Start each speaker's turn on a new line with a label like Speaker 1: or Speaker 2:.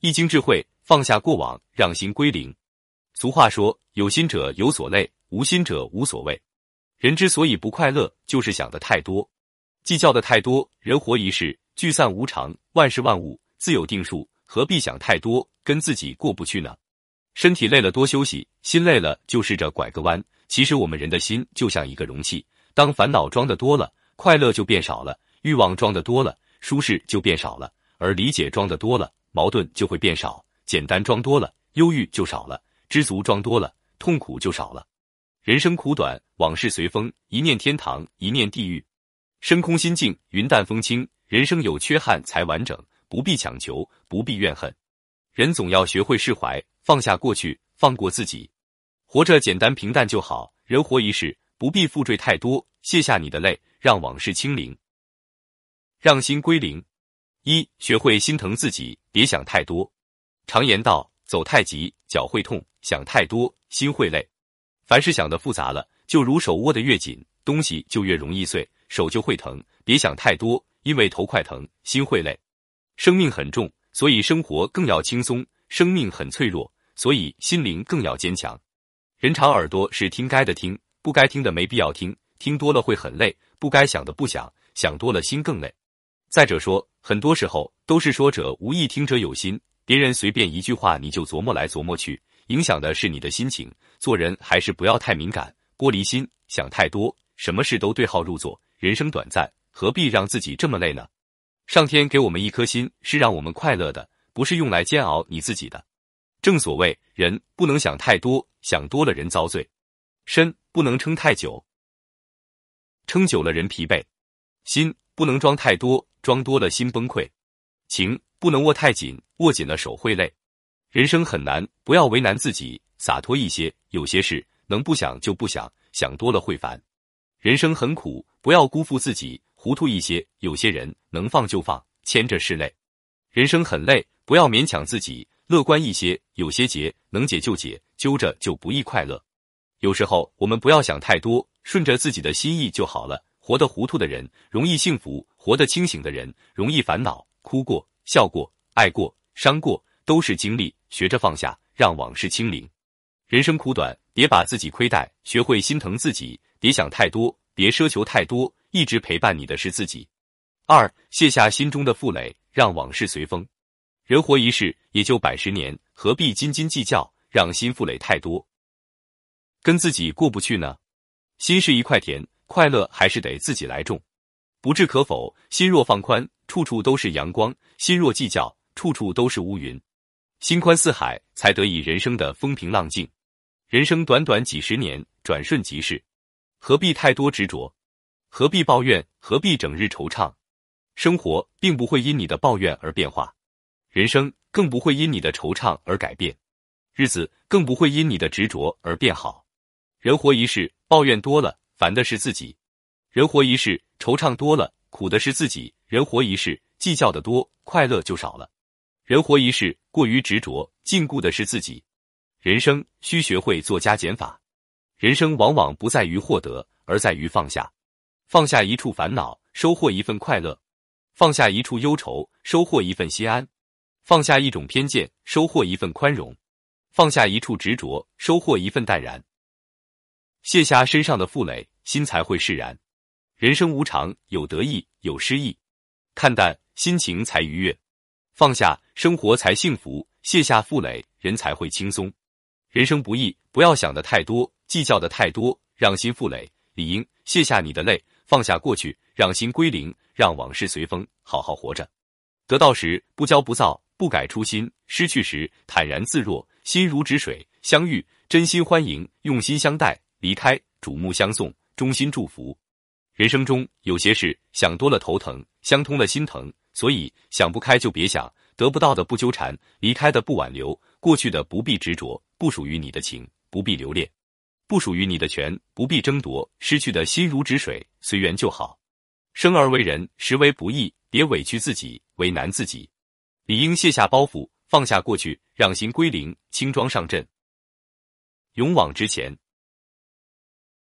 Speaker 1: 易经智慧，放下过往，让心归零。俗话说，有心者有所累，无心者无所谓。人之所以不快乐，就是想的太多，计较的太多。人活一世，聚散无常，万事万物自有定数，何必想太多，跟自己过不去呢？身体累了多休息，心累了就试着拐个弯。其实我们人的心就像一个容器，当烦恼装的多了，快乐就变少了；欲望装的多了，舒适就变少了；而理解装的多了，矛盾就会变少；简单装多了，忧郁就少了；知足装多了，痛苦就少了。人生苦短，往事随风，一念天堂，一念地狱。身空心静，云淡风轻。人生有缺憾才完整，不必强求，不必怨恨。人总要学会释怀，放下过去，放过自己。活着简单平淡就好，人活一世，不必负坠太多，卸下你的泪，让往事清零，让心归零。一，学会心疼自己，别想太多。常言道，走太急，脚会痛；想太多，心会累。凡事想得复杂了，就如手握得越紧，东西就越容易碎，手就会疼。别想太多，因为头快疼，心会累。生命很重，所以生活更要轻松；生命很脆弱，所以心灵更要坚强。人长耳朵是听该的听，不该听的没必要听，听多了会很累；不该想的不想，想多了心更累。再者说，很多时候都是说者无意，听者有心。别人随便一句话你就琢磨来琢磨去，影响的是你的心情。做人还是不要太敏感，玻璃心，想太多，什么事都对号入座。人生短暂，何必让自己这么累呢？上天给我们一颗心，是让我们快乐的，不是用来煎熬你自己的。正所谓，人不能想太多，想多了人遭罪；身不能撑太久，撑久了人疲惫；心不能装太多，装多了心崩溃；情不能握太紧，握紧了手会累。人生很难，不要为难自己，洒脱一些。有些事能不想就不想，想多了会烦。人生很苦，不要辜负自己，糊涂一些。有些人能放就放，牵着是累。人生很累，不要勉强自己，乐观一些。有些结能解就解，揪着就不易快乐。有时候我们不要想太多，顺着自己的心意就好了。活得糊涂的人容易幸福，活得清醒的人容易烦恼。哭过，笑过，爱过，伤过，都是经历。学着放下，让往事清零。人生苦短，别把自己亏待，学会心疼自己，别想太多，别奢求太多，一直陪伴你的是自己。二，卸下心中的负累，让往事随风。人活一世，也就100年，何必斤斤计较，让心负累太多，跟自己过不去呢？心是一块田，快乐还是得自己来种。不置可否，心若放宽，处处都是阳光；心若计较，处处都是乌云。心宽似海，才得以人生的风平浪静。人生短短几十年，转瞬即逝，何必太多执着？何必抱怨？何必整日惆怅？生活并不会因你的抱怨而变化，人生更不会因你的惆怅而改变，日子更不会因你的执着而变好。人活一世，抱怨多了，烦的是自己；人活一世，惆怅多了，苦的是自己；人活一世，计较的多，快乐就少了；人活一世，过于执着，禁锢的是自己。人生需学会做加减法，人生往往不在于获得，而在于放下。放下一处烦恼，收获一份快乐；放下一处忧愁，收获一份心安；放下一种偏见，收获一份宽容；放下一处执着，收获一份淡然。卸下身上的负累，心才会释然。人生无常，有得意，有失意，看淡，心情才愉悦；放下，生活才幸福；卸下负累，人才会轻松。人生不易，不要想得太多，计较的太多，让心负累。理应卸下你的泪，放下过去，让心归零，让往事随风，好好活着。得到时不骄不躁，不改初心；失去时坦然自若，心如止水。相遇真心欢迎，用心相待；离开瞩目相送，衷心祝福。人生中有些事想多了头疼，想通了心疼，所以想不开就别想，得不到的不纠缠，离开的不挽留，过去的不必执着，不属于你的情不必留恋，不属于你的权不必争夺，失去的心如止水，随缘就好。生而为人，实为不易，别委屈自己，为难自己。理应卸下包袱，放下过去，让心归零，轻装上阵，勇往直前。